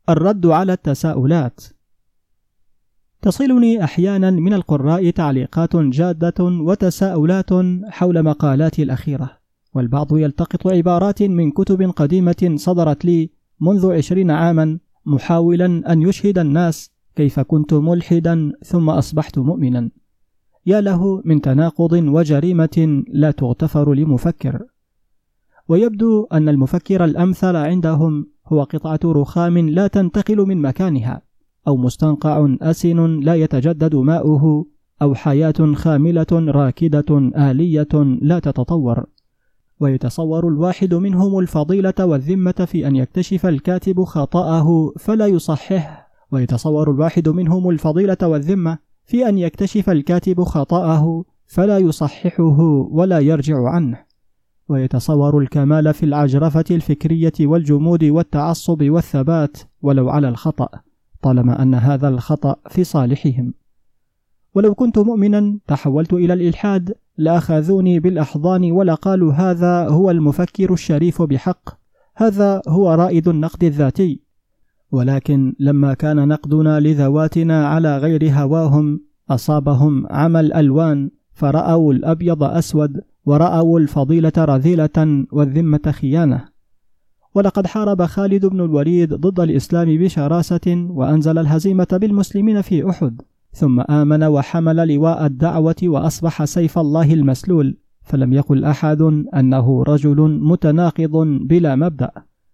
الرد على التساؤلات. تصلني أحيانا من القراء تعليقات جادة وتساؤلات حول مقالاتي الأخيرة، والبعض يلتقط عبارات من كتب قديمة صدرت لي منذ 20 عاما محاولا أن يشهد الناس كيف كنت ملحدا ثم أصبحت مؤمنا. يا له من تناقض وجريمة لا تغتفر لمفكر. ويبدو أن المفكر الأمثل عندهم هو قطعة رخام لا تنتقل من مكانها، أو مستنقع أسن لا يتجدد ماؤه، أو حياة خاملة راكدة آلية لا تتطور. ويتصور الواحد منهم الفضيلة والذمة في أن يكتشف الكاتب خطأه فلا يصححه، ويتصور الواحد منهم الفضيلة والذمة في أن يكتشف الكاتب خطأه فلا يصححه ولا يرجع عنه، ويتصور الكمال في العجرفة الفكرية والجمود والتعصب والثبات ولو على الخطأ، طالما أن هذا الخطأ في صالحهم. ولو كنت مؤمنا تحولت إلى الإلحاد لأخذوني بالأحضان ولقالوا هذا هو المفكر الشريف بحق، هذا هو رائد النقد الذاتي. ولكن لما كان نقدنا لذواتنا على غير هواهم أصابهم عمى الألوان، فرأوا الأبيض أسود ورأوا الفضيلة رذيلة والذمة خيانة. ولقد حارب خالد بن الوليد ضد الإسلام بشراسة وأنزل الهزيمة بالمسلمين في أحد، ثم آمن وحمل لواء الدعوة وأصبح سيف الله المسلول، فلم يقل أحد أنه رجل متناقض بلا مبدأ.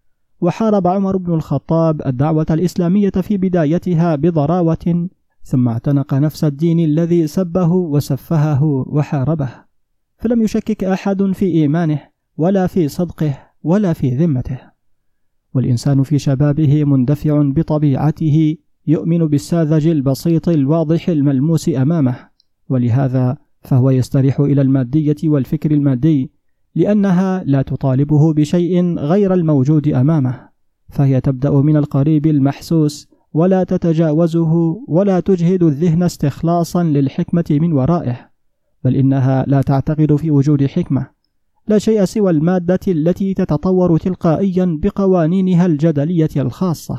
وحارب عمر بن الخطاب الدعوة الإسلامية في بدايتها بضراوة، ثم اعتنق نفس الدين الذي سبه وسفهه وحاربه، فلم يشكك أحد في إيمانه ولا في صدقه ولا في ذمته. والإنسان في شبابه مندفع بطبيعته، يؤمن بالساذج البسيط الواضح الملموس أمامه، ولهذا فهو يستريح إلى المادية والفكر المادي، لأنها لا تطالبه بشيء غير الموجود أمامه، فهي تبدأ من القريب المحسوس ولا تتجاوزه ولا تجهد الذهن استخلاصا للحكمة من ورائه، بل إنها لا تعتقد في وجود حكمة، لا شيء سوى المادة التي تتطور تلقائيا بقوانينها الجدلية الخاصة.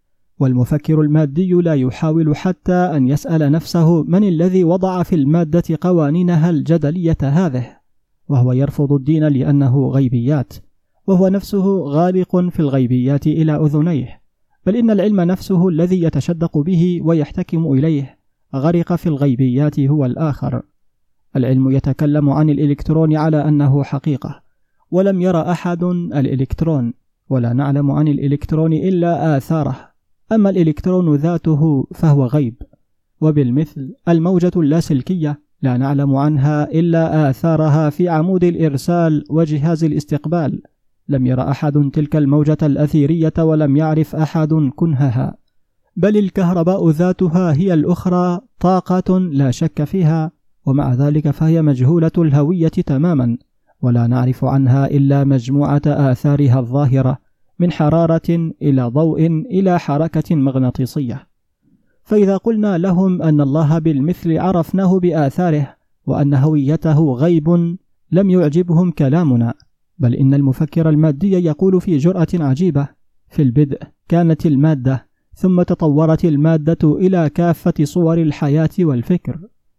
والمفكر المادي لا يحاول حتى أن يسأل نفسه من الذي وضع في المادة قوانينها الجدلية هذه، وهو يرفض الدين لأنه غيبيات، وهو نفسه غارق في الغيبيات إلى أذنيه، بل إن العلم نفسه الذي يتشدق به ويحتكم إليه غرق في الغيبيات هو الآخر. العلم يتكلم عن الإلكترون على أنه حقيقة، ولم يرى أحد الإلكترون، ولا نعلم عن الإلكترون إلا آثاره، أما الإلكترون ذاته فهو غيب. وبالمثل الموجة اللاسلكية لا نعلم عنها إلا آثارها في عمود الإرسال وجهاز الاستقبال، لم يرى أحد تلك الموجة الأثيرية ولم يعرف أحد كنهها، بل الكهرباء ذاتها هي الأخرى طاقة لا شك فيها، ومع ذلك فهي مجهولة الهوية تماما، ولا نعرف عنها إلا مجموعة آثارها الظاهرة من حرارة إلى ضوء إلى حركة مغناطيسية. فإذا قلنا لهم أن الله بالمثل عرفناه بآثاره وأن هويته غيب لم يعجبهم كلامنا، بل إن المفكر المادي يقول في جرأة عجيبة: في البدء كانت المادة، ثم تطورت المادة إلى كافة صور الحياة والفكر.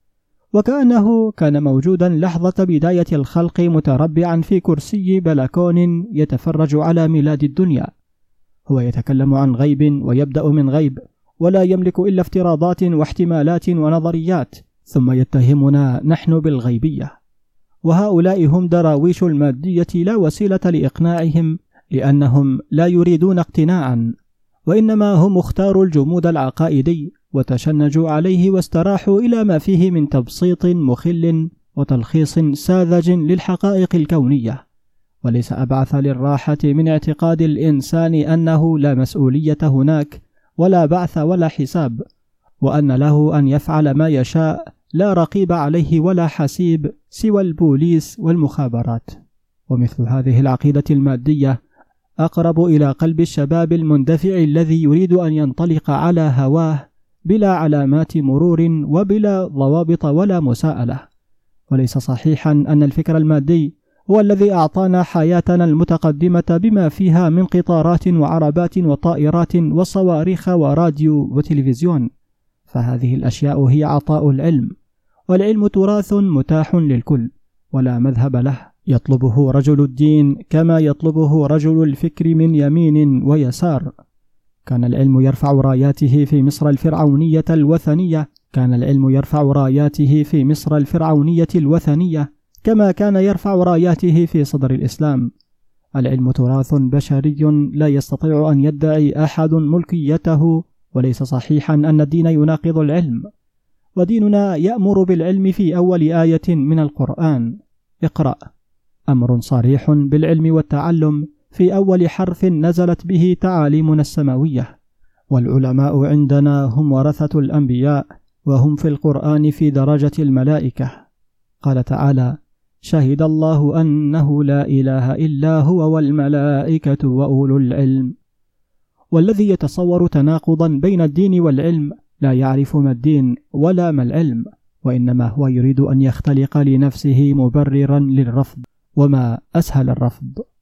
وكأنه كان موجودا لحظة بداية الخلق متربعا في كرسي بلكون يتفرج على ميلاد الدنيا. هو يتكلم عن غيب ويبدأ من غيب، ولا يملك إلا افتراضات واحتمالات ونظريات، ثم يتهمنا نحن بالغيبية. وهؤلاء هم دراويش المادية لا وسيلة لإقناعهم، لأنهم لا يريدون اقتناعا، وإنما هم اختاروا الجمود العقائدي وتشنجوا عليه واستراحوا إلى ما فيه من تبسيط مخل وتلخيص ساذج للحقائق الكونية. وليس أبعث للراحة من اعتقاد الإنسان أنه لا مسؤولية هناك ولا بعث ولا حساب، وأن له أن يفعل ما يشاء، لا رقيب عليه ولا حسيب سوى البوليس والمخابرات. ومثل هذه العقيدة المادية أقرب إلى قلب الشباب المندفع الذي يريد أن ينطلق على هواه بلا علامات مرور وبلا ضوابط ولا مساءلة. وليس صحيحا أن الفكر المادي هو الذي أعطانا حياتنا المتقدمة بما فيها من قطارات وعربات وطائرات وصواريخ وراديو وتلفزيون، فهذه الأشياء هي عطاء العلم، والعلم تراث متاح للكل ولا مذهب له، يطلبه رجل الدين كما يطلبه رجل الفكر من يمين ويسار. كان العلم يرفع راياته في مصر الفرعونية الوثنية كما كان يرفع راياته في صدر الإسلام. العلم تراث بشري لا يستطيع أن يدعي أحد ملكيته، وليس صحيحا أن الدين يناقض العلم، وديننا يأمر بالعلم في أول آية من القرآن: اقرأ، أمر صريح بالعلم والتعلم في أول حرف نزلت به تعاليمنا السماوية. والعلماء عندنا هم ورثة الأنبياء، وهم في القرآن في درجة الملائكة. قال تعالى: شهد الله أنه لا إله إلا هو والملائكة وأولو العلم. والذي يتصور تناقضا بين الدين والعلم لا يعرف ما الدين ولا ما العلم، وإنما هو يريد أن يختلق لنفسه مبررا للرفض، وما أسهل الرفض.